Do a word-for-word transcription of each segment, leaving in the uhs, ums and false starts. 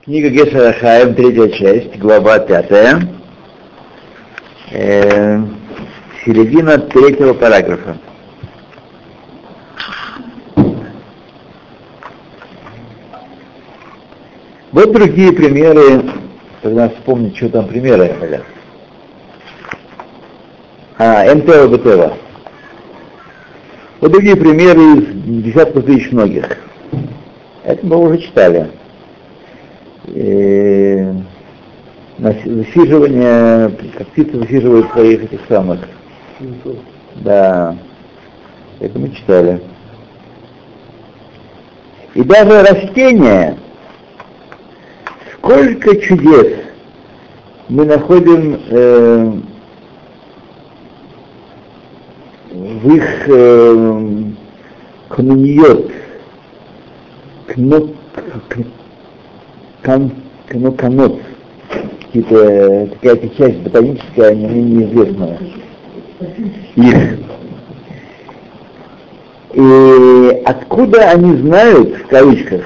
Книга Гешер ха-Хаим, третья часть, глава пятая, э, середина третьего параграфа. Вот другие примеры, когда вспомнить, что там примеры говорят. А, МТО, БТО. Вот другие примеры из десятков тысяч многих. Это мы уже читали. И высиживание, как птицы высиживают своих этих самых. Да, это мы читали. И даже растения, сколько чудес мы находим э, в их э, кнуниот, кнут, Кан, ну, канот, какие-то, какая-то часть ботаническая, мне неизвестная. Их. И откуда они знают, в кавычках,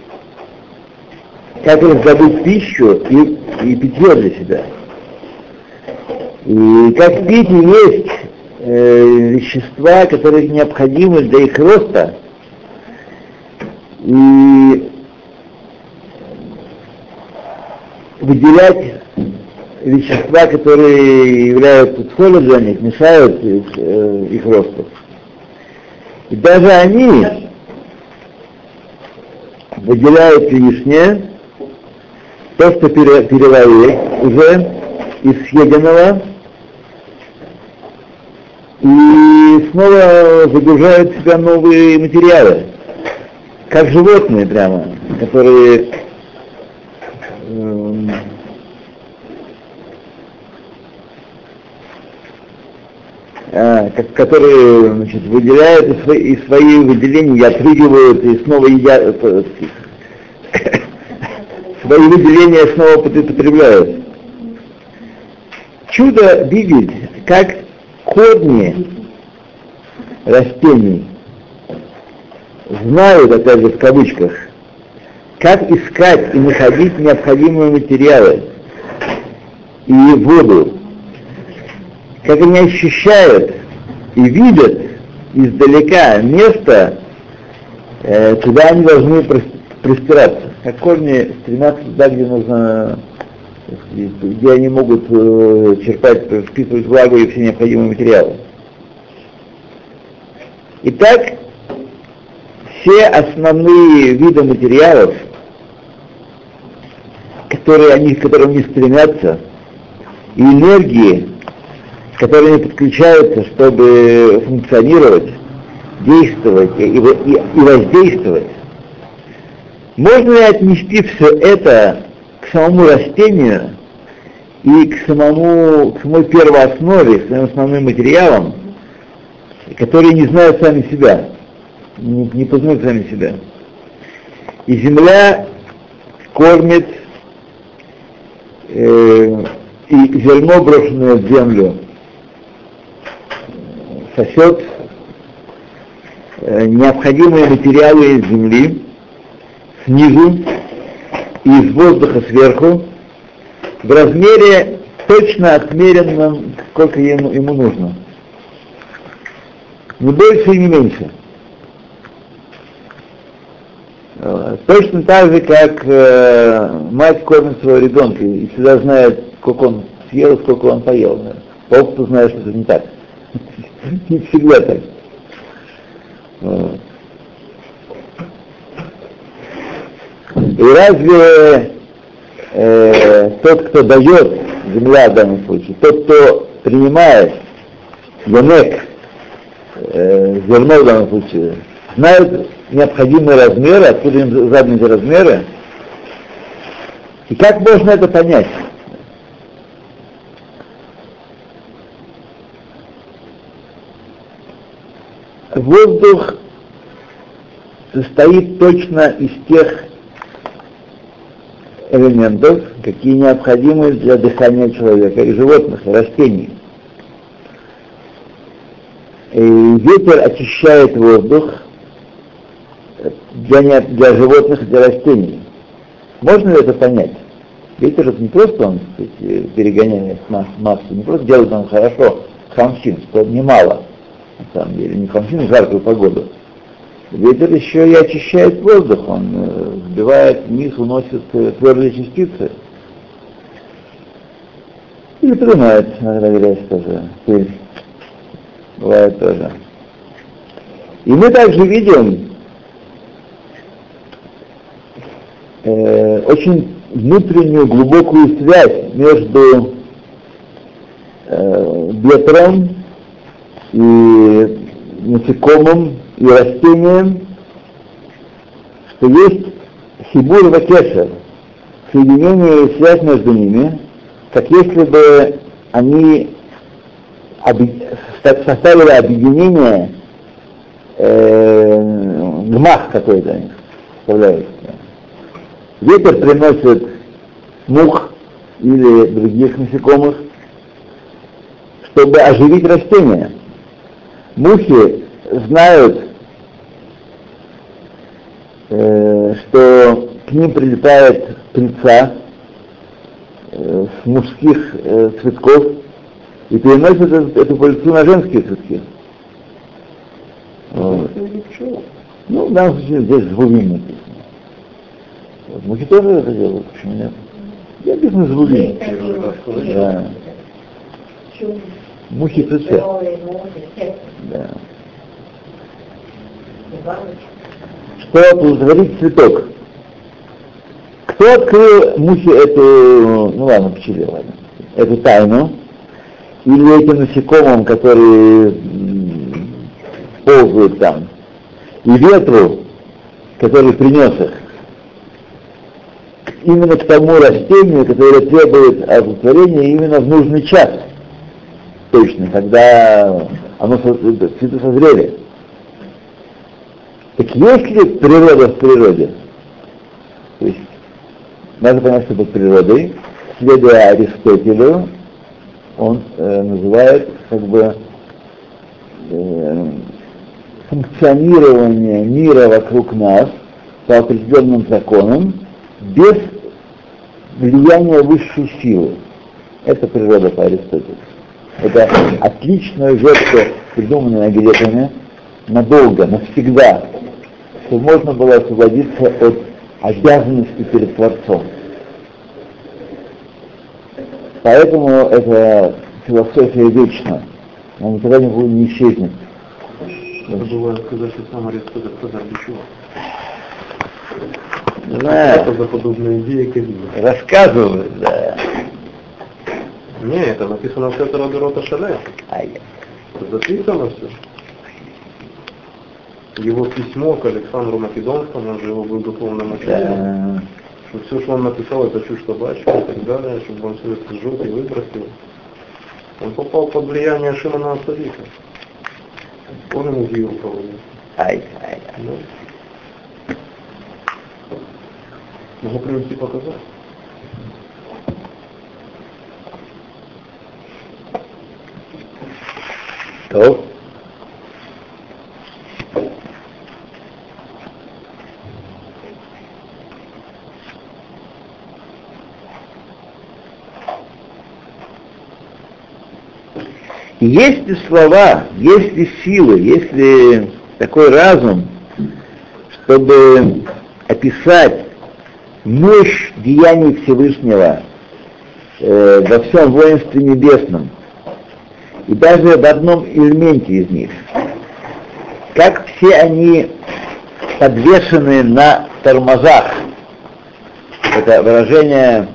как раздобыть пищу и, и питье для себя. И как пить и есть э, вещества, которые необходимы для их роста. И выделять вещества, которые являются солью для них, мешают их, э, их росту. И даже они выделяют лишнее, то, что переварили уже из съеденного, и снова загружают в себя новые материалы, как животные прямо, которые которые, значит, выделяют и свои, и свои выделения и отрыгивают, и снова едят, свои выделения снова потребляют. Чудо видеть, как корни растений знают, опять же в кавычках, как искать и находить необходимые материалы и воду, как они ощущают и видят издалека место, э, куда они должны простираться. Как корни стремятся туда, где нужно, где они могут э, черпать, впитывать влагу и все необходимые материалы. Итак, все основные виды материалов, которые они, к которым они стремятся, и энергии, которые они подключаются, чтобы функционировать, действовать и, и, и воздействовать. Можно ли отнести все это к самому растению и к самому, к самой первооснове, к своим основным материалам, которые не знают сами себя, не, не познают сами себя. И земля кормит, э, и зерно, брошенное в землю, сосет э, необходимые материалы из земли снизу и из воздуха сверху в размере точно отмеренном, сколько ему, ему нужно. Не больше и не меньше. Э, точно так же, как э, мать кормит своего ребенка и всегда знает, сколько он съел, сколько он поел. Да? Опыт знает, что это не так. Не всегда так. Вот. И разве э, тот, кто дает, земля в данном случае, тот, кто принимает янек, э, зерно в данном случае, знает необходимые размеры, откуда им заданы эти размеры? И как можно это понять? Воздух состоит точно из тех элементов, какие необходимы для дыхания человека и животных, и растений. И ветер очищает воздух для, для животных и для растений. Можно ли это понять? Ветер это не просто он, так сказать, перегоняет масс, массу, не просто делает он хорошо, хамсин, что немало, на самом деле, не хамсин, а жаркую погоду. Ветер еще и очищает воздух, он э, сбивает вниз, уносит э, твердые частицы. И поднимает, иногда грязь тоже, пыль. Бывает тоже. И мы также видим э, очень внутреннюю глубокую связь между э, ветром и насекомым и растением, что есть хибур вакешер, соединение и связь между ними, как если бы они составили объединение, э, гмах какой-то, представляете? Ветер приносит мух или других насекомых, чтобы оживить растения. Мухи знают, э, что к ним прилетает пыльца э, с мужских э, цветков и переносят эту, эту пыльцу на женские цветки. Вот. Ну, в данном случае здесь звувим написано. Вот. Мухи тоже это делают, почему нет? Я написано звувим. Да. Мухи цвет. Да. Что оплодотворить цветок? Кто открыл мухе эту, ну ладно, пчеле, ладно, эту тайну? Или этим насекомым, которые ползают там? И ветру, который принес их? Именно к тому растению, которое требует оплодотворения именно в нужный час. Точно, когда оно цветы созрели. Так есть ли природа в природе? То есть, надо понять, что под природой, следуя Аристотелю, он э, называет как бы э, функционирование мира вокруг нас по определенным законам без влияния высшей силы. Это природа по Аристотелю. Это отличная версия, придуманная греками, надолго, навсегда, что можно было освободиться от обязанности перед Творцом. Поэтому эта философия вечна, она никогда не будет, не исчезнет. Это бывает сказать, что сам Аристотель сказал, для чего? Не знаю. Это за подобные идеи Кабила. Рассказывают, да. Не, это написано в Сетер Адорота Шале. Ай. Это записано все. Его письмо к Александру Македонскому, он же его был духовным учителем. Да. Что все, что он написал, это чушь собачья и так далее, чтобы он все это сжег и выбросил. Он попал под влияние Шимона Ацарика. Он ему гиюр проводил. Ай, ай, ай. Да. Могу привести показать. То. Есть ли слова, есть ли силы, есть ли такой разум, чтобы описать мощь деяний Всевышнего э, во всем воинстве небесном, и даже в одном элементе из них, как все они подвешены на тормозах. Это выражение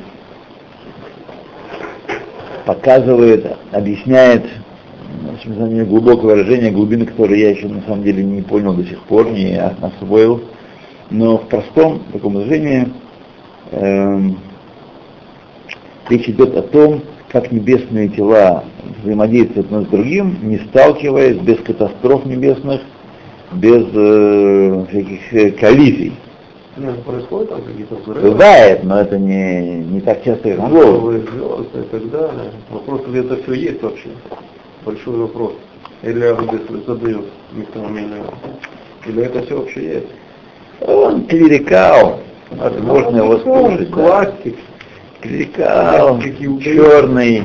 показывает, объясняет очень глубокое выражение, глубины, которое я еще на самом деле не понял до сих пор, не освоил, но в простом таком выражении эм, речь идет о том, как небесные тела взаимодействуют одно с другим, не сталкиваясь, без катастроф небесных, без э, всяких э, коллизий. Ну, происходит там какие-то взрывы? Бывает, но это не, не так часто, как могло. Звезды и так далее. Вопрос, ли это все есть вообще? Большой вопрос. Или если задают никто не. Или это все вообще есть? Он клерикал, Возможно его слушать. Классик. Кликал, черный,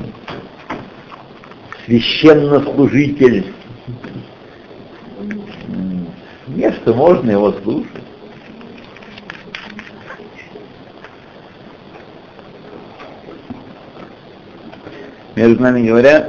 священнослужитель. Место можно его слушать. Между нами говоря,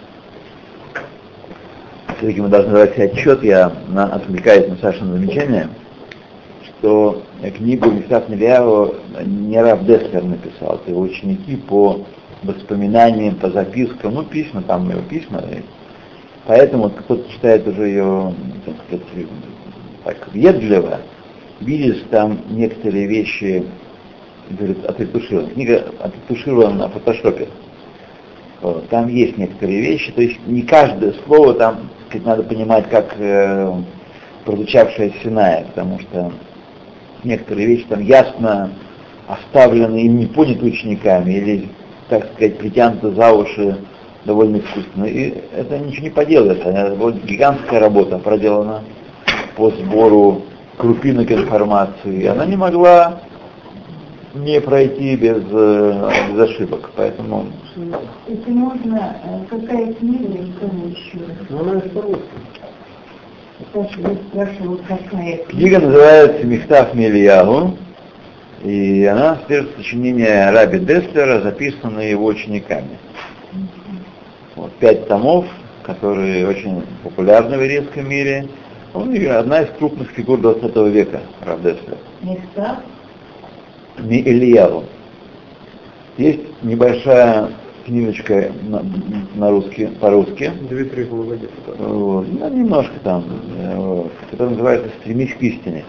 все-таки мы должны дать себе отчет, я на, отвлекаюсь на Сашино замечание, что книгу Михтав Мильяху не Рав Деслер написал, это его ученики по воспоминаниям, по запискам, ну письма, там его письма, и поэтому кто-то читает уже ее, так сказать, так въедливо, видишь там некоторые вещи отретушированы. Книга отретуширована на фотошопе. Там есть некоторые вещи, то есть не каждое слово там, сказать, надо понимать как э, прозвучавшее в Синае, потому что некоторые вещи там ясно оставлены и не поняты учениками, или, так сказать, притянуты за уши довольно искусственно. И это ничего не поделаешь, это была гигантская работа проделана по сбору крупинок информации, и она не могла не пройти без, без ошибок, поэтому... Если можно, какая книга и что еще? Ну, она из по-русски. Саша, я спрашивала, какая книга? Книга называется «Михтав Мильяху», и она содержит сочинение Раби Деслера, записанное его учениками. Вот, пять томов, которые очень популярны в еврейском мире. Он одна из крупных фигур двадцатого века, Рав Деслер. Михтав? Мильяху. Есть небольшая книжечка на, на русский, по-русски. Две-три полугодия. Вот, ну, немножко там, вот, которая называется «Стремись к истине».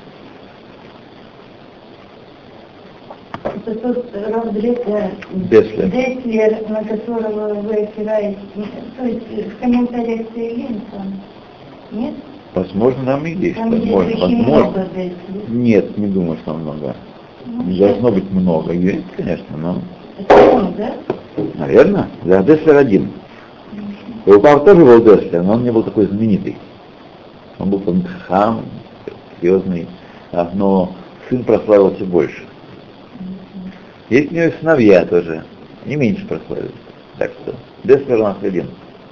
Это тот Рав Деслер, Деслер. Деслер, на которого вы опираетесь, то есть в комментариях Саилинца, нет? Возможно, там и есть, Там возможно, есть очень возможно. много Деслер. Нет, не думаю, что много. Ну, Не должно быть много. Есть, конечно, но... это он, да? Наверное, да, Деслер один. Его папа тоже был Деслер, но он не был такой знаменитый. Он был там хам, серьезный, но сын прославился больше. Есть у него сыновья тоже, они меньше прославились. Так что Деслер у нас один.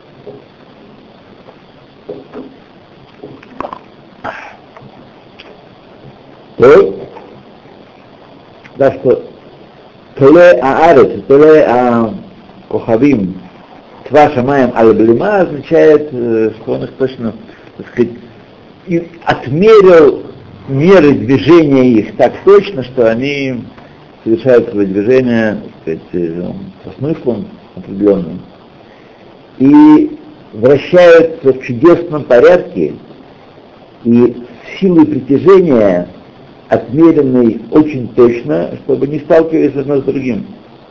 То, так что Толе Аарец, Толе Кохавим, Тва Шамаем Аль-Блима означает, что он их точно, так сказать, отмерил меры движения их так точно, что они совершают свои движения, так сказать, по смыслам определенным, и вращаются в чудесном порядке, и силой притяжения отмеренной очень точно, чтобы не сталкивались одно с другим.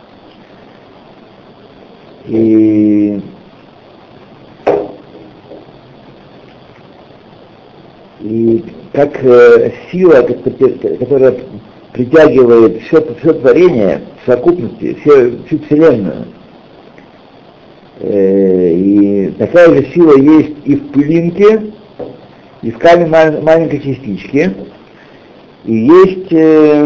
И И как э, сила, которая притягивает все, все творение в совокупности, все, всю Вселенную. Э, и такая же сила есть и в пылинке, и в камне мал- маленькой частичке. И есть э,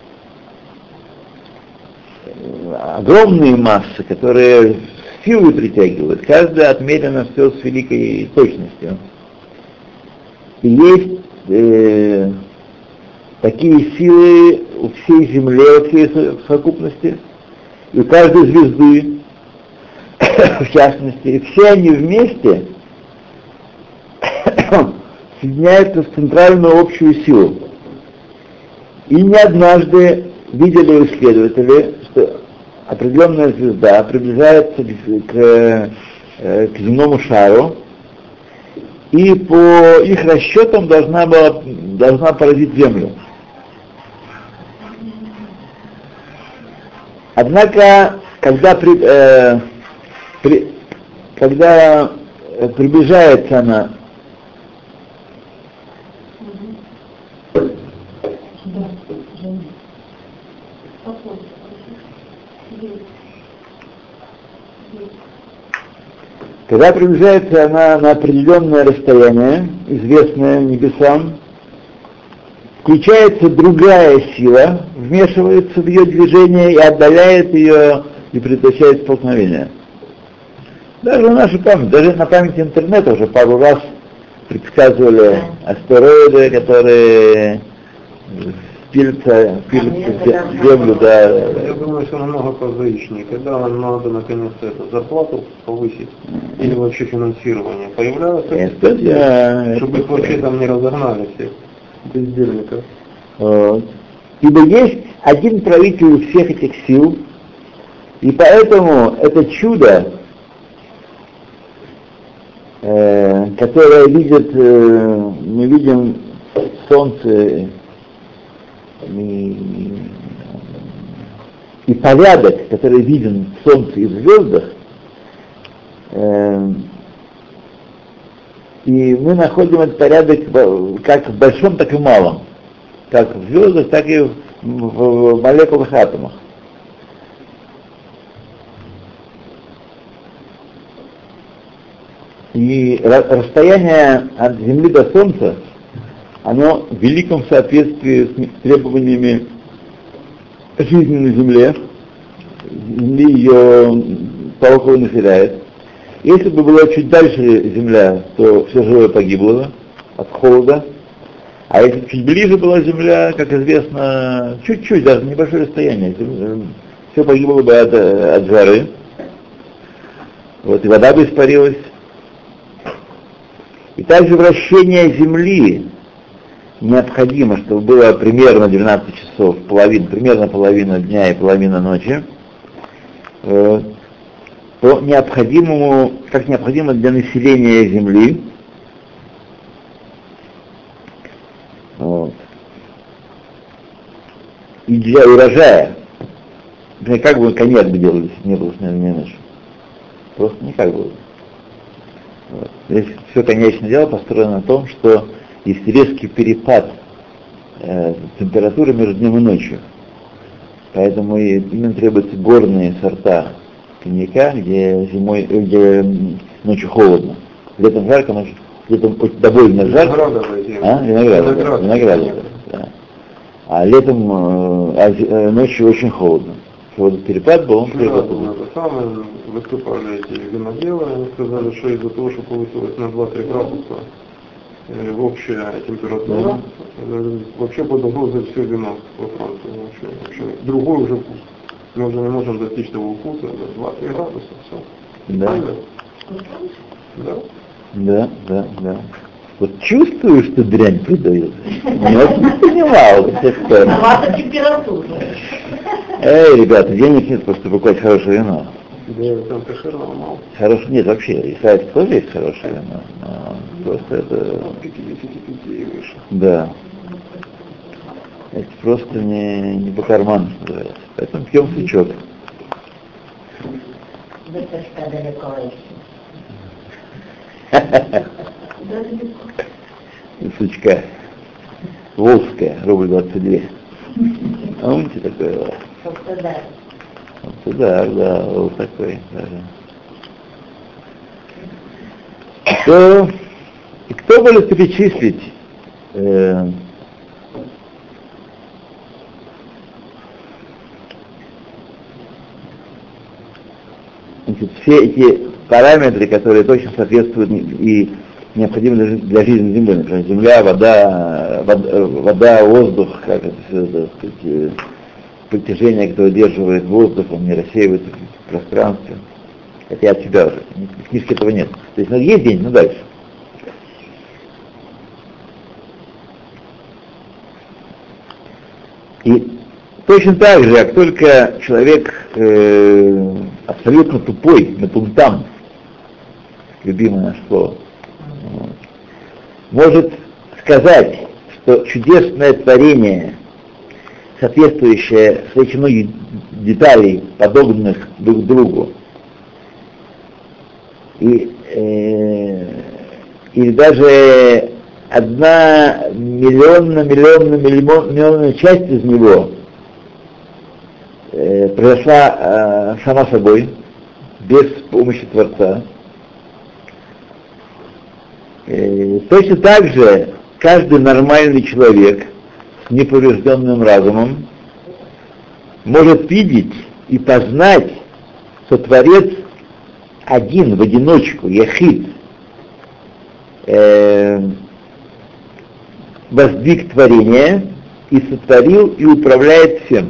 огромные массы, которые силой притягивают. Каждая отмерена все с великой точностью. И есть э, такие силы у всей Земли, у всей совокупности, и у каждой звезды, в частности, и все они вместе соединяются в центральную общую силу. И не однажды видели исследователи, что определенная звезда приближается к, к земному шару, и по их расчетам должна была должна поразить Землю. Однако, когда, при, э, при, когда приближается она Когда приближается она на определенное расстояние, известное небесам, включается другая сила в вмешивается в ее движение и отдаляет ее и предотвращает столкновение. Даже в нашу память, даже на памяти интернета уже пару раз предсказывали астероиды, которые пилятся, пилятся в землю, да. Я думаю, что намного прозаичнее. Когда нам надо наконец это зарплату повысить или вообще финансирование, появляются Это да, чтобы их вообще там не разогнали всех бездельников. Вот. Ибо есть один правитель всех этих сил, и поэтому это чудо, э, которое видит, э, мы видим солнце и, и порядок, который виден в солнце и в звездах, э, и мы находим этот порядок как в большом, так и в малом. Как в звездах, так и в, в, в молекулах атомах. И расстояние от Земли до Солнца, оно в великом соответствии с требованиями жизни на Земле. Земли ее толково населяет. Если бы была чуть дальше Земля, то все живое погибло от холода. А если чуть ближе была Земля, как известно, чуть-чуть, даже небольшое расстояние, все погибло бы от, от жары. Вот, и вода бы испарилась. И также вращение Земли необходимо, чтобы было примерно двенадцать часов, половина, примерно половина дня и половина ночи, вот, то необходимому, как необходимо для населения Земли, вот, и для урожая. Например, как бы коньяк бы делали, если не было снежной ночи? Просто никак было. Вот. Здесь все конечное дело построено на том, что есть резкий перепад э, температуры между днем и ночью. Поэтому и именно требуются горные сорта коньяка, где зимой, где ночью холодно. Летом жарко, ночью летом довольно жарко. А? Виноградовый. Виноградовый. Да. А летом, э, а ночью очень холодно. Вот перепад был, он да, самое выступали эти виноделы, они сказали, что из-за того, что повысилось на два-три градуса э, общая температура, э, вообще под угрозой все вино во Франции. Вообще, вообще, другой уже вкус. Мы уже не можем достичь того вкуса, два-три градуса, все. Да. Да. Да, да, да. Вот чувствую, что дрянь придает. Я не понимал до сих пор. Виновата температура. Эй, ребята, денег нет, просто покупать хорошее вино. Да, там кошерного мало. Хорошее, нет, вообще, Исаев тоже есть хорошее вино, но просто это... пятьдесят пять и выше. Да. Это просто не, не по карману, что называется. Поэтому пьем сучок. Вытяжка далеко еще. Сучка. Волжская, рубль двадцать два. А умните такое? Солтыдар. Солтыдар, да, вот такой даже. Кто, и кто может перечислить э, значит, все эти параметры, которые точно соответствуют и необходимы для жизни Земли, например, земля, вода, вода, вода воздух, как это все, так сказать, притяжение, которое удерживает воздух, он не рассеивается в пространстве. Это я от себя уже, в книжке этого нет. То есть ну, есть день, но дальше. И точно так же, как только человек э, абсолютно тупой, напунтам, любимое наше слово, может сказать, что чудесное творение, соответствующее величиной деталей, подобных друг другу, и, э, или даже одна миллионная, миллионная, миллион, миллионная часть из него э, произошла э, сама собой, без помощи Творца. Э, точно так же каждый нормальный человек с неповрежденным разумом может видеть и познать, что Творец один, в одиночку, яхид, э, воздвиг творение и сотворил и управляет всем.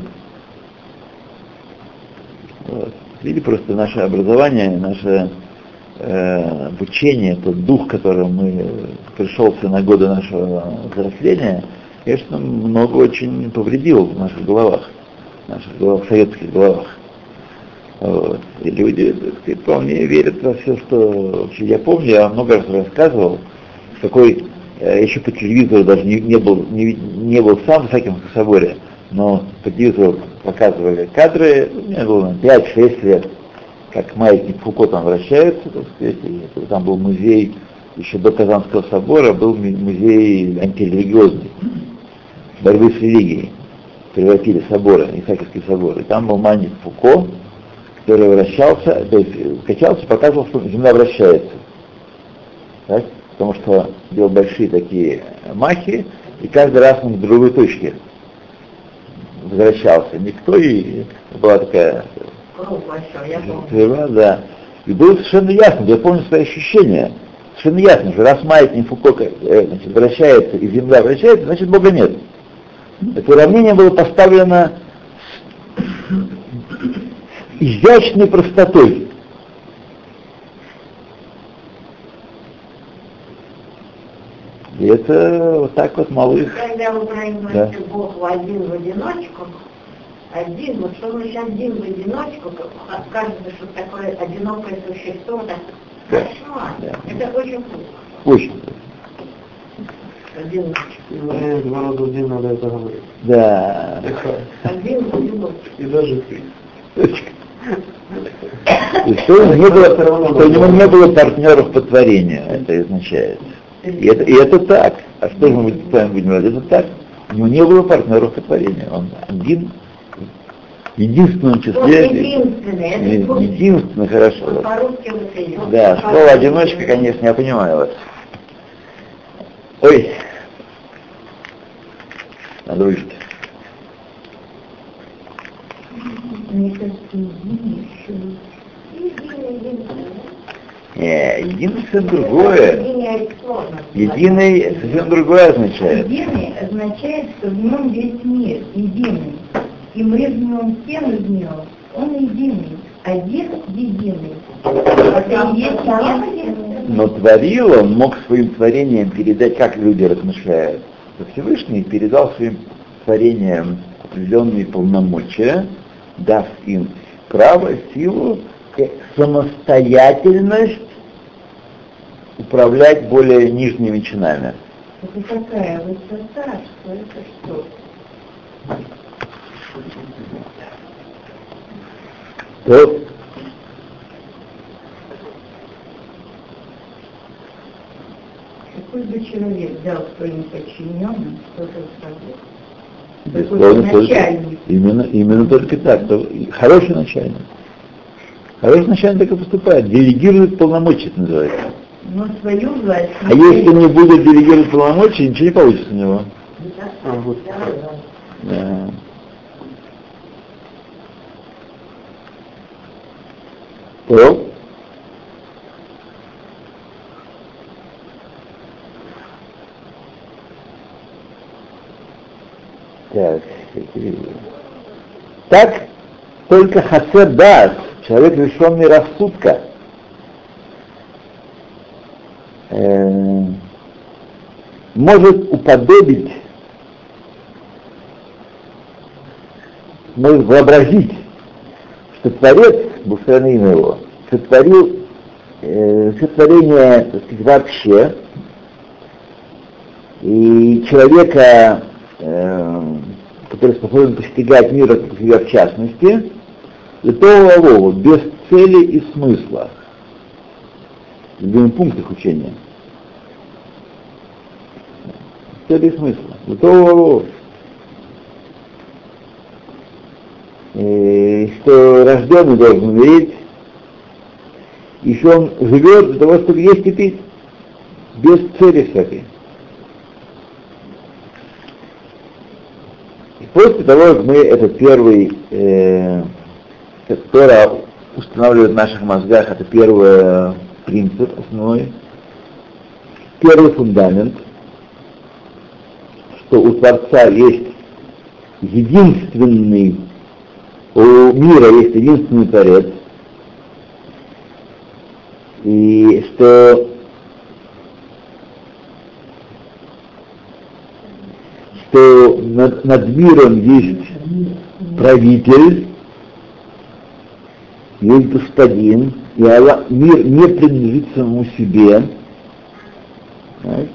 Вот. Видите, просто наше образование, наше э, обучение, тот дух, которым мы пришелся на годы нашего взросления, конечно, много очень повредил в наших головах, в наших головах, в советских головах. Вот. И люди, так сказать, вполне верят во все, что... Вообще, я помню, я много раз рассказывал, какой, я еще по телевизору даже не, не, был, не, не был сам в Исаакиевском соборе, но по телевизору показывали кадры, у меня было пять-шесть лет, как маятник Фуко там вращается, так сказать, и там был музей, еще до Казанского собора был музей антирелигиозный, борьбы с религией, превратили соборы, Исаакиевский собор, и там был маятник Фуко, который вращался, то есть качался, показывал, что Земля вращается. Так? Потому что делал большие такие махи, и каждый раз он в другой точке возвращался. Никто, и была такая... Большой, да. И было совершенно ясно, я помню свои ощущения, совершенно ясно, что раз маятник Фуко значит, вращается, и Земля вращается, значит Бога нет. Это уравнение было поставлено изящной простотой. И это вот так вот малых. Когда вы говорите, да. Бог один в одиночку, один, вот что значит один в одиночку, кажется, что такое одинокое существо, так да. Кошмар. Да. Это очень плохо. Очень плохо. Одиночку. Ну, два раза в день надо это говорить. Да. Один в одиночку. И даже ты. И что, не было, что у него не было партнеров по творению, это означает. И это, и это так. А что же мы с вами будем делать? Это так. У него не было партнеров по творению. Он один, в единственном числе. Единственный. Единственный, хорошо. По-русски вот. Да, слово одиночка, конечно, я понимаю вас. Ой. Надо выжить. Мне кажется, единый Не, единый совсем другое. Единый совсем другое означает. Единый означает, что в нем весь мир единый. И мы в нем, все мы в нем. Он единый. Один единый. Это и есть единый. Но творил он, мог своим творением передать, как люди размышляют. Всевышний передал своим творениям определенные полномочия, дав им право, силу, самостоятельность управлять более нижними чинами. Это какая высота, что это что? То Какой бы человек дал своим подчиненным что-то управлять? Безусловно, только, именно, именно только так. То, хороший начальник. Хороший начальник так и поступает. Делегирует полномочия, это называется. Но свою власть... А если не будет делегировать полномочия, ничего не получится у него. А, вот. Да. То? Так, так только хасед дас, человек, лишенный рассудка, э, может уподобить, может вообразить, что Творец, благословенное имя его, сотворил э, сотворение, так сказать, вообще, и человека, который способен постигать мир от себя в частности, святого Вову, без цели и смысла. В любимых пунктах учения. Цели и смысла. Святого Вову. И что рожденный должен умереть, и что он живет для того, чтобы есть и пить, без цели всякой. После того, как мы этот первый, э, Тора устанавливает в наших мозгах, это первый принцип основной, первый фундамент, что у Творца есть единственный, у мира есть единственный Творец, и что что над, над миром есть правитель, есть господин, и Аллах, мир не принадлежит самому себе. Так.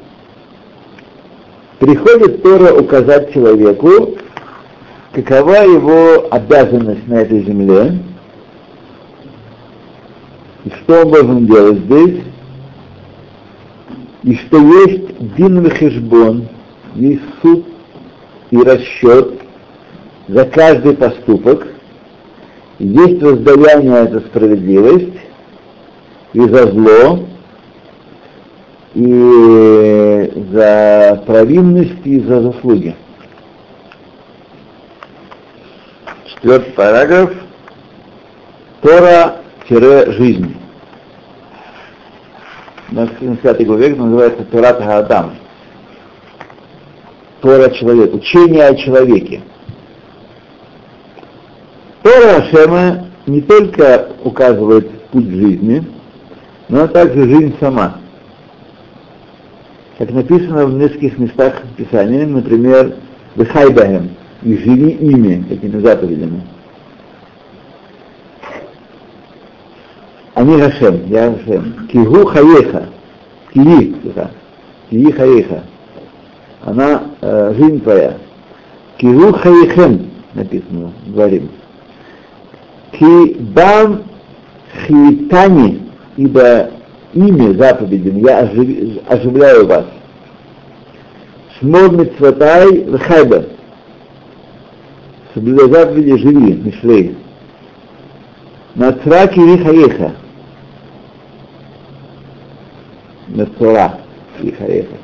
Приходит Тора указать человеку, какова его обязанность на этой земле, и что он должен делать здесь, и что есть дин ве-хешбон, есть суд и расчет за каждый поступок, есть воздаяние за справедливость и за зло, и за провинность и за заслуги. Четвертый параграф. Тора-жизнь. На пятой главе называется Торат ха-Адам. Тора человек, учение о человеке. Тора Ашема не только указывает путь жизни, но также жизнь сама. Как написано в нескольких местах Писания, например, «Вехай бахем» и «Живи ими», такими заповедями. Они Хашем, я Хашем. Кигу хаеха, киги, киги хаеха. Она э, жизнь твоя. Кигу хаехем, написано, говорим. Ки-бам хитани, ибо ими, заповедями, я ожив, оживляю вас. Шмор митцватай вхайба. Соблюдай заповеди, живи, мишлей. Нацра кири хаеха. Нацра кири хаеха.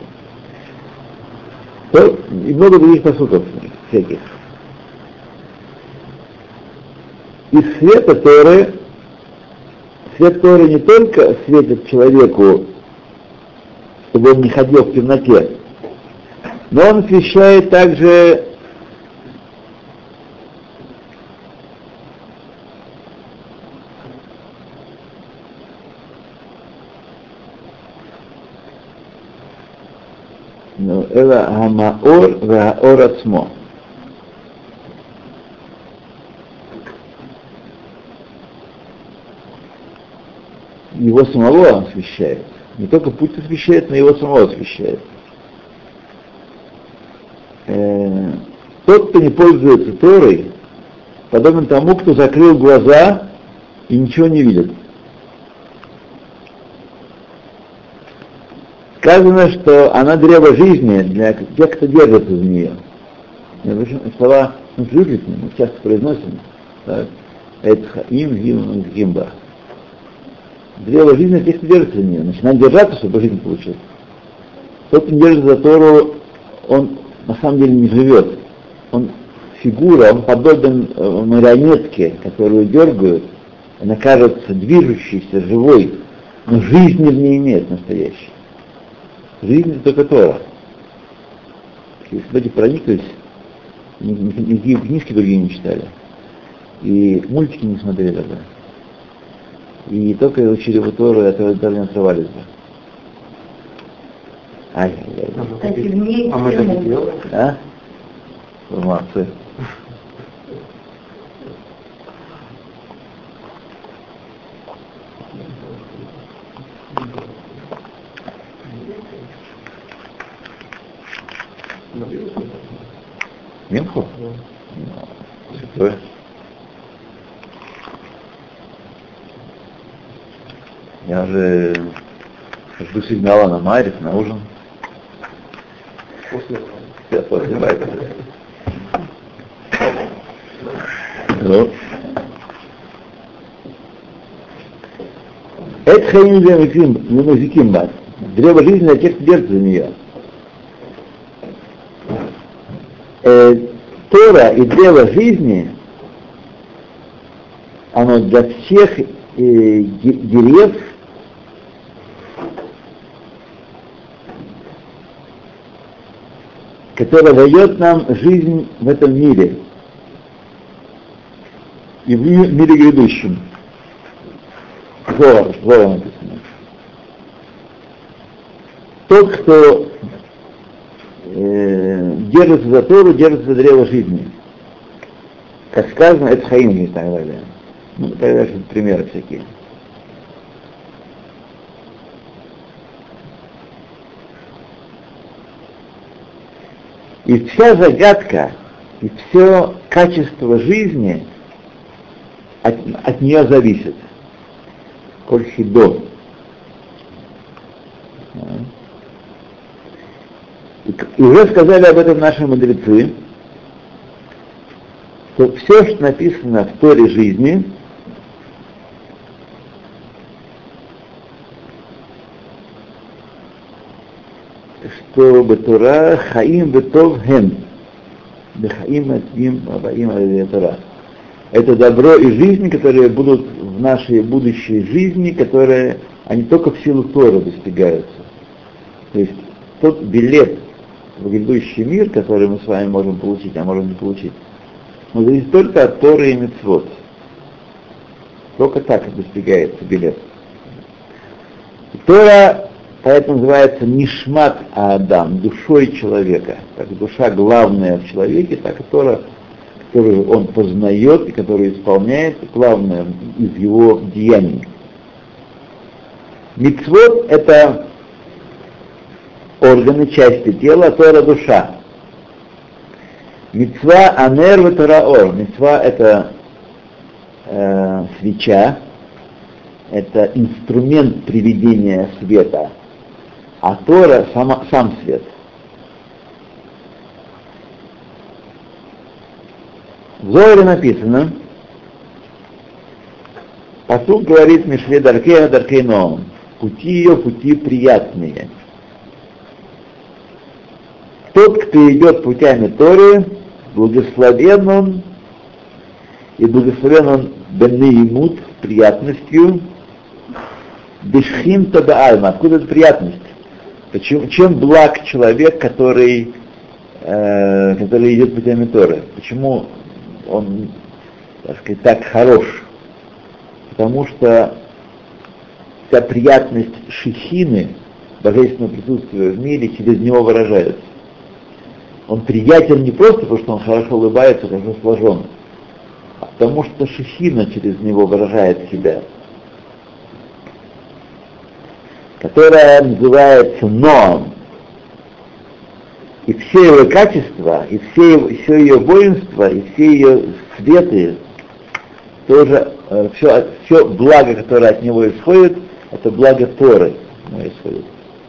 То, и много других посудов всяких. Из света Торы, свет Торы не только светит человеку, чтобы он не ходил в темноте, но он освещает также ну, это гамаор ваор ацмо. Его самого освещает. Не только путь освещает, но его самого освещает. Э, тот, кто не пользуется Торой, подобен тому, кто закрыл глаза и ничего не видит. Сказано, что она древо жизни для тех, кто держится за нее. Слова мы привыкли к ним, мы часто произносим. Эцхаим, Гимн, Гимба. Древо жизни для тех, кто держится за нее. Начинает держаться, чтобы жизнь получилась. Тот, кто держится за Тору, он на самом деле не живет. Он фигура, он подобен марионетке, которую дергают, она кажется движущейся, живой, но жизни в ней нет настоящей. Жизнь это только Тора. Если люди прониклись, никакие книжки другие не читали, и мультики не смотрели бы, и только учили бы Тору, и от этого даже не отрывались бы. Ай-яй-яй. А мы так и делаем. А? Молодцы. Минху? Святое. Я же жду сигнала на Марис, на ужин. После Я после байка. Ну. Это хаим лемазикимба. Древо жизни для тех, кто держится за нее. Тора и древо жизни, оно для всех э, дерев, которое дает нам жизнь в этом мире и в мире грядущем. Зор, Зор написано. Тот, кто э, держится за Тору, держится за древо жизни. Как сказано, это Хаим и так далее. Ну, так далее, примеры всякие. И вся загадка, и все качество жизни от, от нее зависит. Коль хидо. И, и уже сказали об этом наши мудрецы, что все, что написано в Торе жизни, что Бетура Хаим Бетов Хем, Бехаим Атим Абаим Аль Тора. Это добро и жизнь, которые будут в нашей будущей жизни, которые они только в силу Торы достигаются. То есть тот билет в грядущий мир, который мы с вами можем получить, а можем не получить, он зависит только от Торы и мицвот. Только так достигается билет. И Тора поэтому называется Нишмат Адам, душой человека. Как душа главная в человеке, так и Тора, которую он познает и которую исполняет, главное из его деяний. Мицвот — это органы, части тела, Тора — душа. Мицва анер ва тораор. Мицва — это э, свеча, это инструмент приведения света, а Тора — сама, сам свет. В Зоаре написано, пасук говорит Мишле Даркея Даркейно, пути ее, пути приятные. Тот, кто идет путями Торы, благословен он, и благословен он бенеимут, приятностью, бешхим тода альма. Откуда эта приятность? Почему, чем благ человек, который, э, который идет путями Торы? Почему он, так сказать, так хорош? Потому что вся приятность шехины, божественного присутствия в мире, через него выражается. Он приятен не просто потому, что он хорошо улыбается, хорошо сложен, а потому что шехина через него выражает себя, которая называется Ноам. И все его качества, и все, его, все ее воинство, и все ее светы, тоже э, все, все благо, которое от него исходит, это благо Торы исходит.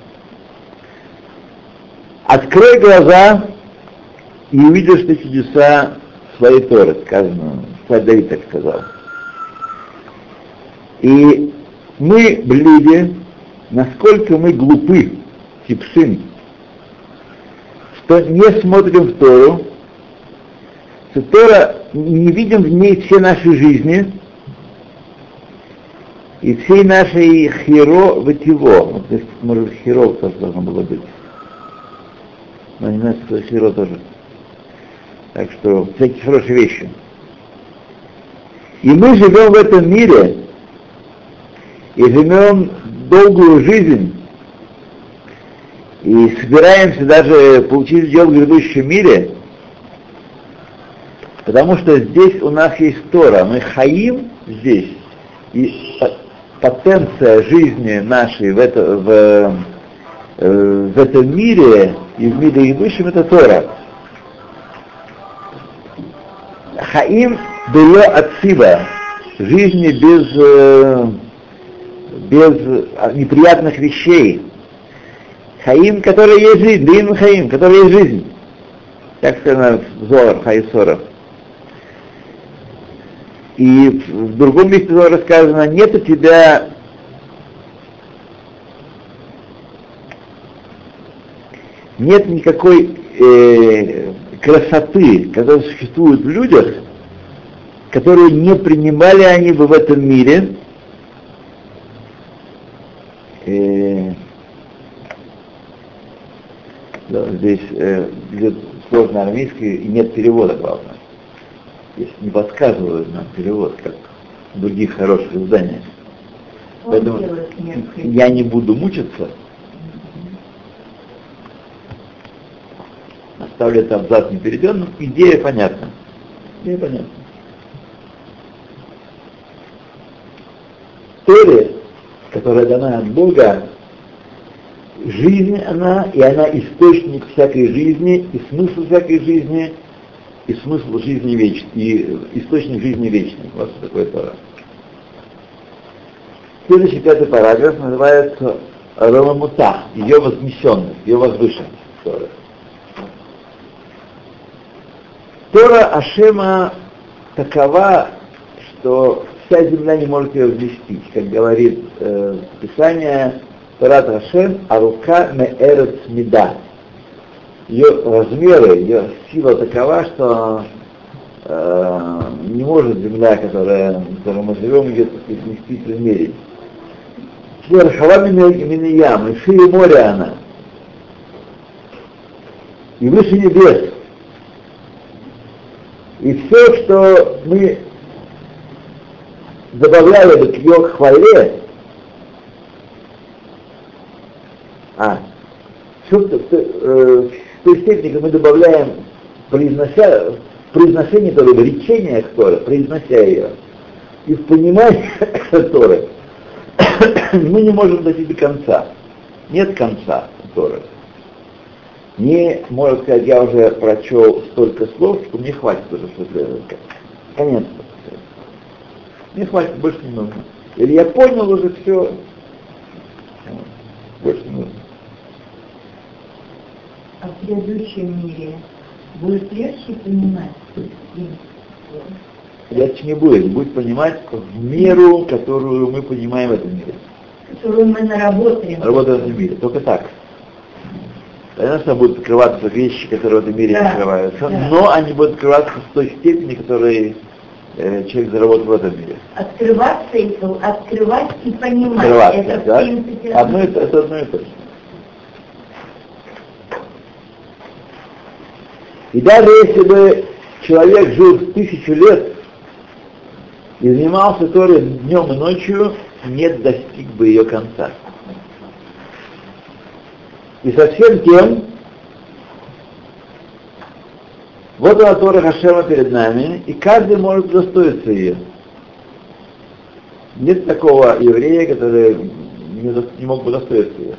Открой глаза и увидишь ты чудеса своей Торы, сказано, царь Давид так сказал. И мы, люди, насколько мы глупы, типшим, что не смотрим в Тору, что Тора, не видим в ней все наши жизни и всей нашей хиро вативо. Вот здесь, может, хиро тоже должно было быть. Но не знаю, что хиро тоже. Так что всякие хорошие вещи. И мы живем в этом мире, и живем долгую жизнь, и собираемся даже получить дел в грядущем мире, потому что здесь у нас есть Тора, мы хаим здесь, и потенция жизни нашей в, это, в, в этом мире и в мире грядущем — это Тора. Хаим было от сила, жизни без, без неприятных вещей. Хаим, который есть жизнь, Дин Хаим, который есть жизнь. Так сказано в Зоар, Хаисора. И в другом месте Зоара сказано, нет у тебя нет никакой э, красоты, которая существует в людях, которые не принимали они бы в этом мире, э, да, здесь э, идет сложный армейский и нет перевода, главное. Если не подсказывают нам перевод, как в других хороших изданиях. Поэтому я не буду мучиться. Оставлю это абзац непереведенным. Идея понятна. Идея понятна. Торе, которая дана от Бога, жизнь она, и она источник всякой жизни, и смысл всякой жизни, и смысл жизни вечной, и источник жизни вечной. Вот что такое Тора. Следующий пятый параграф называется Ромамута, ее вознесенность, ее возвышенность. Тора. Тора Ашема такова, что вся земля не может ее вместить. Как говорит э, Писание, Торат Ашем Арука Меэрец Мида. Ее размеры, ее сила такова, что э, не может земля, которая, в которой мы живем, ее вместить в мире. Рахава Миниям, и шире моря она, и выше небес. И все, что мы добавляли бы к ее хвале, а, все, в, в, в той степени, как мы добавляем, произнося, в произношении Торы, в речениях Торы, произнося ее, и в понимании Торы, мы не можем дойти до конца. Нет конца Торы. Не, можно сказать, я уже прочел столько слов, что мне хватит уже, что конец. Мне хватит, больше не нужно. Или я понял уже все, больше не нужно. А в предыдущем мире будет легче понимать? Легче не будет, будет понимать в меру, которую мы понимаем в этом мире. Которую мы наработаем. Работаем в этом мире, только так. Конечно, будут открываться вещи, которые в этом мире да, открываются, да. но они будут открываться в той степени, которой э, человек заработал в этом мире. Открываться и, открывать и понимать. Открываться, это да? в принципе Одно и, это одно и то же. И даже если бы человек жил тысячу лет и занимался Торой днем и ночью, не достиг бы ее конца. И со всем тем, вот она Тора Хашема перед нами, и каждый может удостоиться ее. Нет такого еврея, который не, не мог бы удостоиться ее.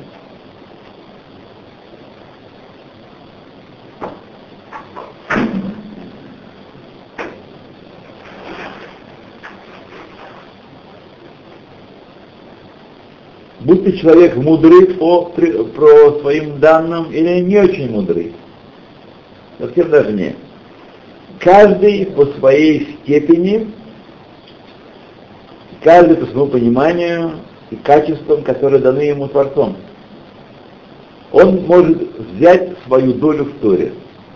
Будь ты человек мудрый по, про своим данным или не очень мудрый. Совсем даже не. Каждый по своей степени, каждый по своему пониманию и качествам, которые даны ему Творцом. Он может взять свою долю в Торе.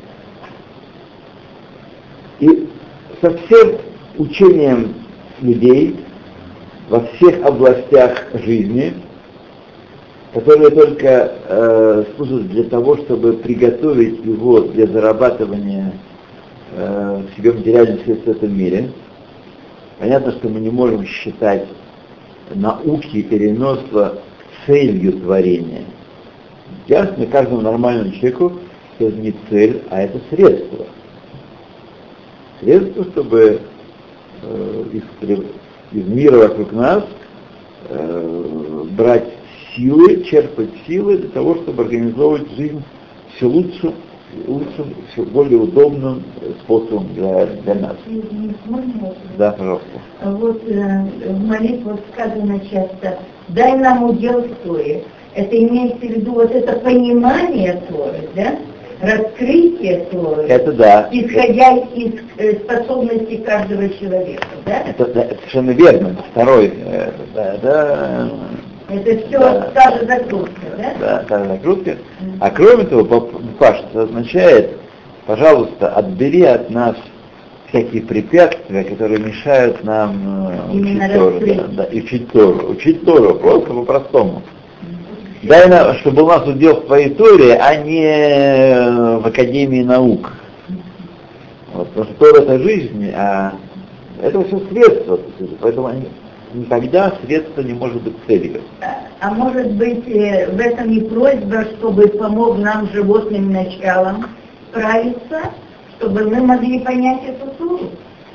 И со всем учением людей во всех областях жизни, которые только э, служат для того, чтобы приготовить его для зарабатывания э, себе материальных средств в этом мире. Понятно, что мы не можем считать науки и переносства целью творения. Ясно каждому нормальному человеку, что это не цель, а это средство. Средство, чтобы э, из, из мира вокруг нас э, брать силы, черпать силы для того, чтобы организовывать жизнь все лучше, лучшим, все более удобным способом для, для нас. Можно? Да, пожалуйста. Вот э, в молитвах сказано часто: дай нам удел в Торе. Это имеется в виду вот это понимание Торы, да? Раскрытие Торы, это да. Исходя из э, способностей каждого человека, да? Это, да, это совершенно верно. Второй, э, да, да. Это все да, та же закрутка, да? Да, та же закрутка. Mm-hmm. А кроме того, Паш, это означает пожалуйста, отбери от нас всякие препятствия, которые мешают нам э, учить Тору, да, да, учить Тору, учить Тору, просто по-простому. Дай нам, чтобы у нас удел в твоей Торе, а не в Академии наук. Вот, потому что Тора — это жизнь, а это все средство, поэтому они, никогда средство не может быть целью. А может быть, в этом и просьба, чтобы помог нам животным началам справиться, чтобы мы могли понять эту Тору?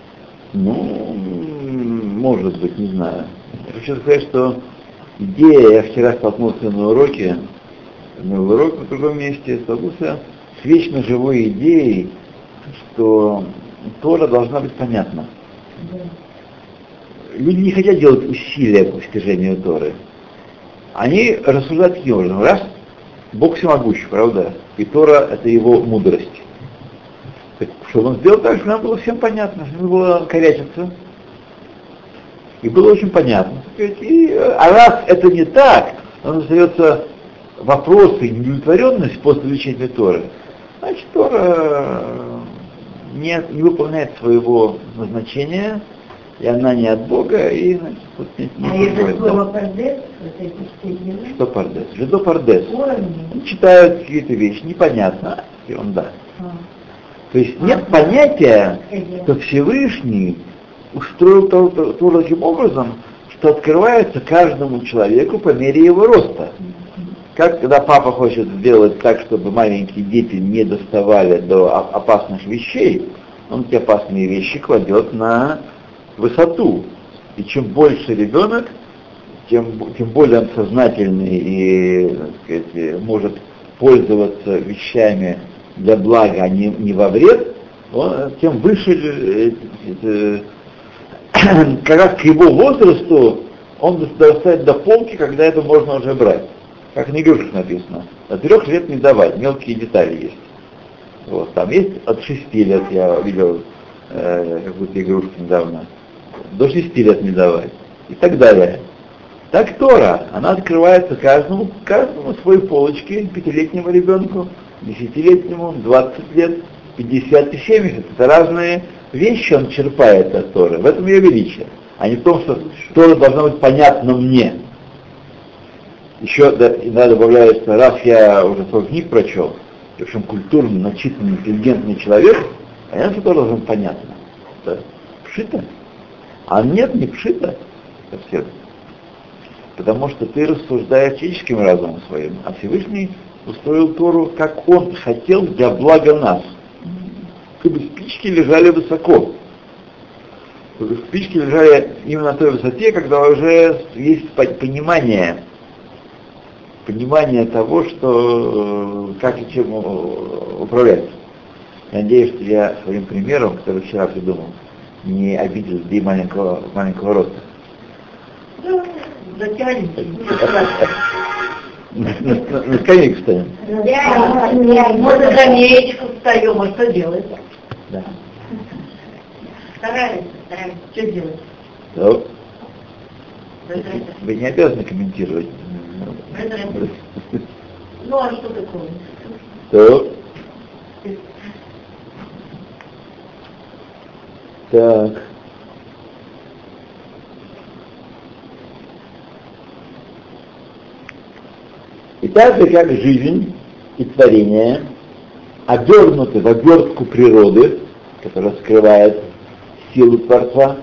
Ну, может быть, не знаю. Я хочу сказать, что идея, я вчера столкнулся на уроке, на уроке в другом месте, столкнулся с вечно живой идеей, что Тора должна быть понятна. Да. Люди не хотят делать усилия по постижению Торы. Они рассуждают таким образом. Раз, Бог всемогущий, правда? И Тора — это его мудрость. Так, чтобы он сделал так, чтобы нам было всем понятно, чтобы было корячиться. И было очень понятно. И, а раз это не так, он остается вопросы и неудовлетворенность после изучения Торы, значит, Тора не, не выполняет своего назначения, и она не от Бога, и, значит, тут не, не А это слово «пардес», вот эти все дела? Что пардес? Жидо пардес. Уровни. Читают какие-то вещи, непонятно, ерунда. А. То есть нет Ага. понятия, Эти. что Всевышний устроил Тору таким образом, что открывается каждому человеку по мере его роста. Как когда папа хочет сделать так, чтобы маленькие дети не доставали до опасных вещей, он эти опасные вещи кладет на высоту. И чем больше ребенок, тем, тем более он сознательный и, так сказать, может пользоваться вещами для блага, а не, не во вред, он, тем выше, э, э, как раз к его возрасту он дорастает до полки, когда это можно уже брать. Как на игрушках написано. До трех лет не давать, мелкие детали есть. Вот, там есть от шести лет, я видел э, какую-то игрушку недавно, до шести лет не давать. И так далее. Так Тора, она открывается каждому, каждому своей полочке, пятилетнему ребенку, десятилетнему, двадцать лет, пятьдесят и семьдесят. Это разные вещи он черпает от Торы. В этом ее величие. А не в том, что Тора должна быть понятна мне. Еще да, иногда добавляю, что раз я уже свой книг прочел, в общем, культурный, начитанный, интеллигентный человек, понятно, что Тора должна быть понятна. Да? Пшито. А нет, не пшито совсем. Потому что ты рассуждаешь человеческим разумом своим, а Всевышний устроил Тору, как он хотел, для блага нас. Чтобы спички лежали высоко. Чтобы спички лежали именно на той высоте, когда уже есть понимание, понимание того, что как и чем управлять. Я надеюсь, что я своим примером, который вчера придумал, не обидел людей маленького, маленького роста. Затянемся. На скамейку встанем. Может, за скамеечку встаем, а что делать? Да. Стараемся, стараемся. Что делать? Да. Вы не обязаны комментировать. Ну, а что такое? Да. Так. И так же, как жизнь и творение обернуты в обертку природы, которая скрывает силу Творца,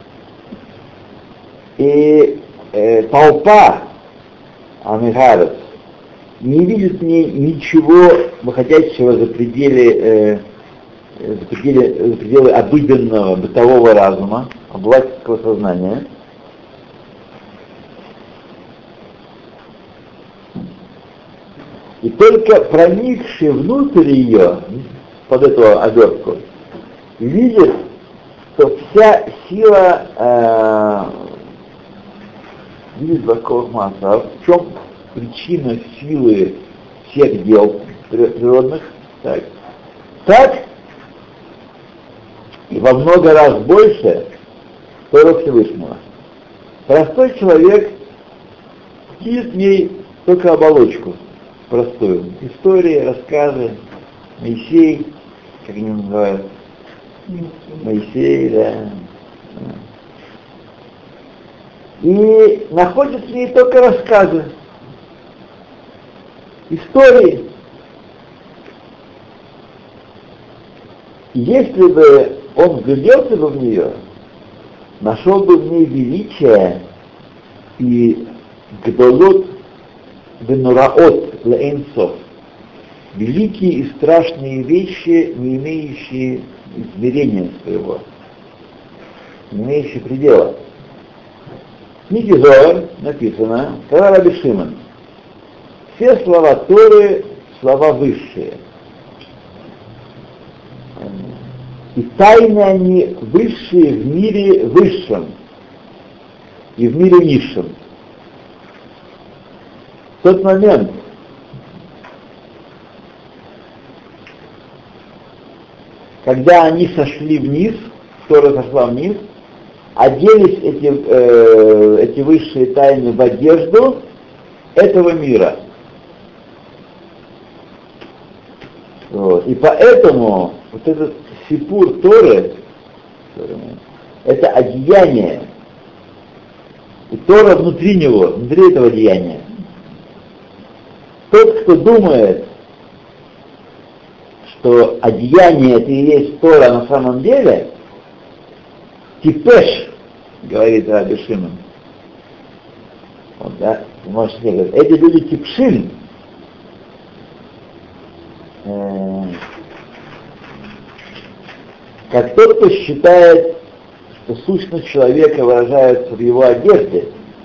и э, толпа Амигарес не видит в ней ничего выходящего за пределы, э, за пределы, за пределы обыденного бытового разума, обывательского сознания. И только проникший внутрь ее, под эту обертку, видит, что вся сила э, видит вокруг масса. А в чем причина силы всех дел природных? Так, так и во много раз больше Тора Всевышнего. Простой человек видит в ней только оболочку простую. Истории, рассказы, Моисей, как они называют, Моисей, да. И находятся в ней только рассказы, истории. Если бы он вгляделся бы в нее, нашел бы в ней величие и гдолот венураот лаэнсов, великие и страшные вещи, не имеющие измерения своего, не имеющие предела. В книге Зоар написано, сказал Раби Шимон, все слова Торы — слова высшие. И тайны они высшие в мире высшем и в мире низшем. В тот момент, когда они сошли вниз, Тора сошла вниз, оделись эти, э, эти высшие тайны в одежду этого мира. Вот. И поэтому вот этот сипур Торы — это одеяние. И Тора внутри него, внутри этого одеяния. Тот, кто думает, что одеяние это и есть Тора на самом деле, типеш, говорит Раби Шимон. Вот, да, можете сказать, эти люди типшим. Э, как тот, кто считает, что сущность человека выражается в его одежде,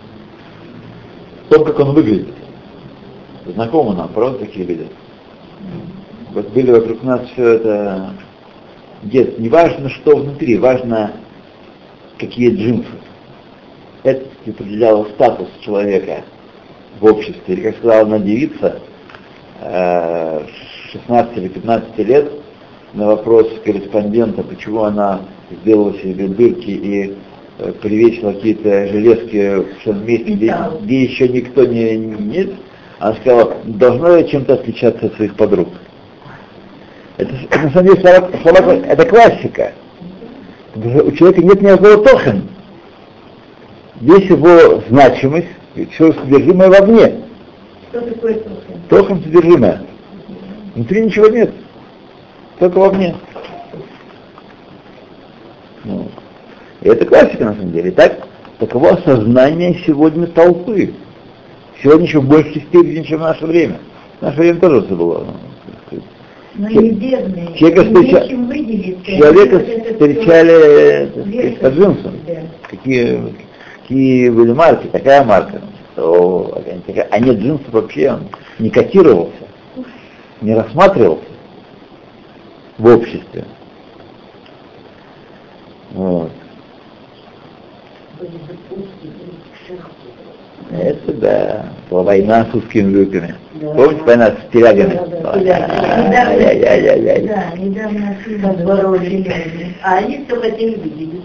в том, как он выглядит. Знакомы нам, правда, такие люди? Вот были вокруг нас все это детство. Не важно, что внутри, важно, какие джинсы. Это определяло статус человека в обществе. Или, как сказала одна девица, шестнадцати или пятнадцати лет, на вопрос корреспондента, почему она сделала себе дырки и привесила какие-то железки в том месте, где, где еще никто не нет, она сказала, должна я чем-то отличаться от своих подруг. Это, это на самом деле слова, слова, это классика. У человека нет никакого тохан. Весь его значимость, все содержимое вовне. Что такое тохан? Тохан содержимое. Внутри ничего нет. Только вовне. Ну. И это классика на самом деле. Так, таково осознание сегодня толпы. Сегодня еще в большей степени, чем в наше время. В наше время тоже это было. Но не бедные, Человека, встреча... Человека встречали, так сказать, по джинсам. Да. Какие, какие были марки, такая марка. О, а нет джинсов вообще, он не котировался, не рассматривался в обществе. Вот. Это да, была война с узкими брюками. Да. Помните война с телягами? Да, недавно фильм. А они все хотели видеть.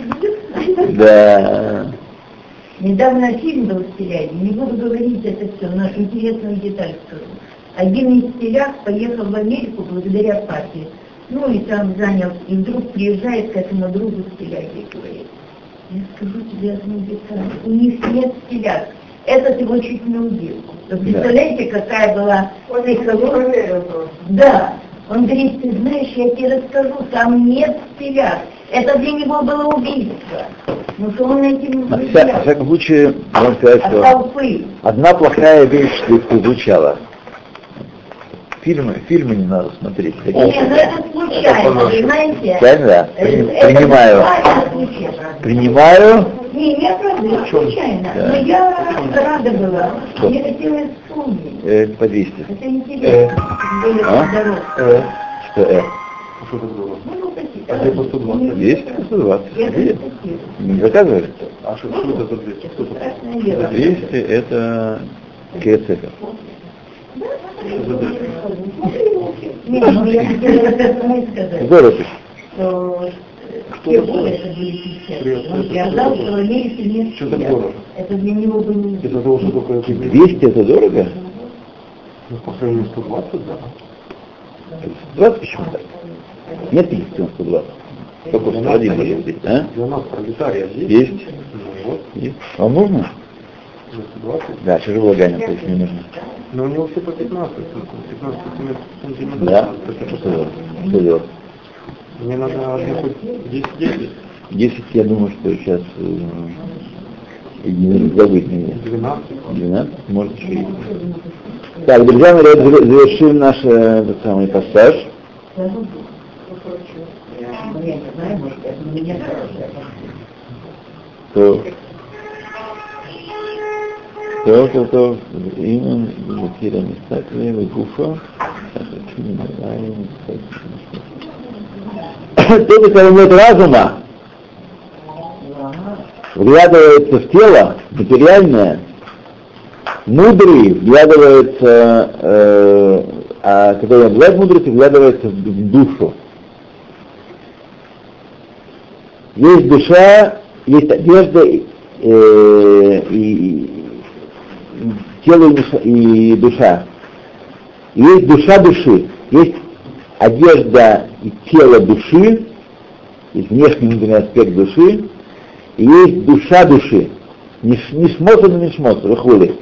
Да. Недавно фильм был с телягами. Не буду говорить это все, но интересную деталь скажу. Один из теляг поехал в Америку благодаря папе. Ну и там занял, и вдруг приезжает к этому другу с телягой и говорит: я скажу тебе одну деталь, у них нет теляг. Этот его чуть не убил. Вы представляете, какая была психология? Да. Он говорит, ты знаешь, я тебе расскажу, там нет теляг. Это для него было убийство. Ну что он этим не Во вся, всяком случае, можно сказать, что толпы. Одна плохая вещь звучала. Фильмы, фильмы не надо смотреть. Нет, ну это случайно, понимаете? Случайно, да. Это Принимаю. Принимаю. Не, не правда, случайно. Да. Но я рада была. Что? Я хотела вспомнить. Э, по двести. Это интересно. А? Э. Что э? Что это было? Ну, какие-то. А где по сто двадцать? двести, по сто двадцать. Я Где? Не заказывали? А что, что это за двести? Что это? двести это кецефер. Нет, ну я хотела это сказать. Дорого. Что те годы это были пятьдесят. Он сказал, что в Америке нет теляг. Это для него было... Из-за того, что только... двести это дорого? Ну, по сравнению с сто двадцать, да. двадцать почему-то? Нет пятьдесят сто двадцать. Только что один будет здесь, а? Для нас пролетариат есть? Есть. Ну вот. Есть. Вам нужно? двадцать. Да, чужого влагания, то есть не нужно. Но у него все по пятнадцать, пятнадцать сантиметров. Да? Что делать? Что делать? Мне надо одну хоть десять-десять. десять, я думаю, что сейчас э, не забыть нельзя. двенадцать. двенадцать, может еще есть. Так, друзья мои, давайте завершим наш э, этот самый пассаж. То, то, то, то, именно Лукира Мистаклева Гуфа. Тот, у кого нет разума, вглядывается в тело материальное, мудрый вглядывается, э, а который обладает мудростью, вглядывается в, в душу. Есть душа, есть одежда, э, и, и тело и душа. Есть душа души, есть одежда и тело души, есть внешний и внутренний аспект души, и есть душа души. Не, не шмота, но не шмота, выходит.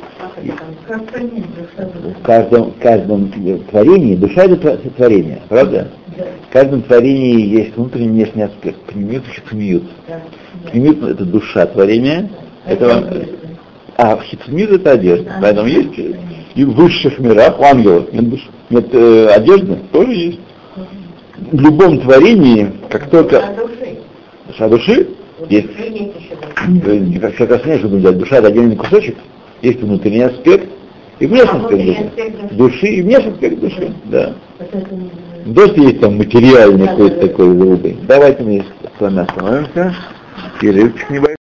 В каждом, в каждом творении, душа это творение, правда? Да. В каждом творении есть внутренний и внешний аспект. Пнемют и хитмиют. Да. Пнемют это душа творения. А Это, это а хитмиют это одежда. А, Поэтому есть и в высших мирах, у ангелов нет, душ, нет э, одежды, тоже есть. В любом творении, как только... Душа души есть. Не как все коснешься, взять. Душа это отдельный кусочек, есть внутренний аспект и внешний А, аспект внутренний души. аспект Души и внешний аспект души, да. Вот это не Не то, что есть там материальный Да, какой-то да, да. такой грубый. Давайте мы с вами остановимся. Перерывчик небольшой.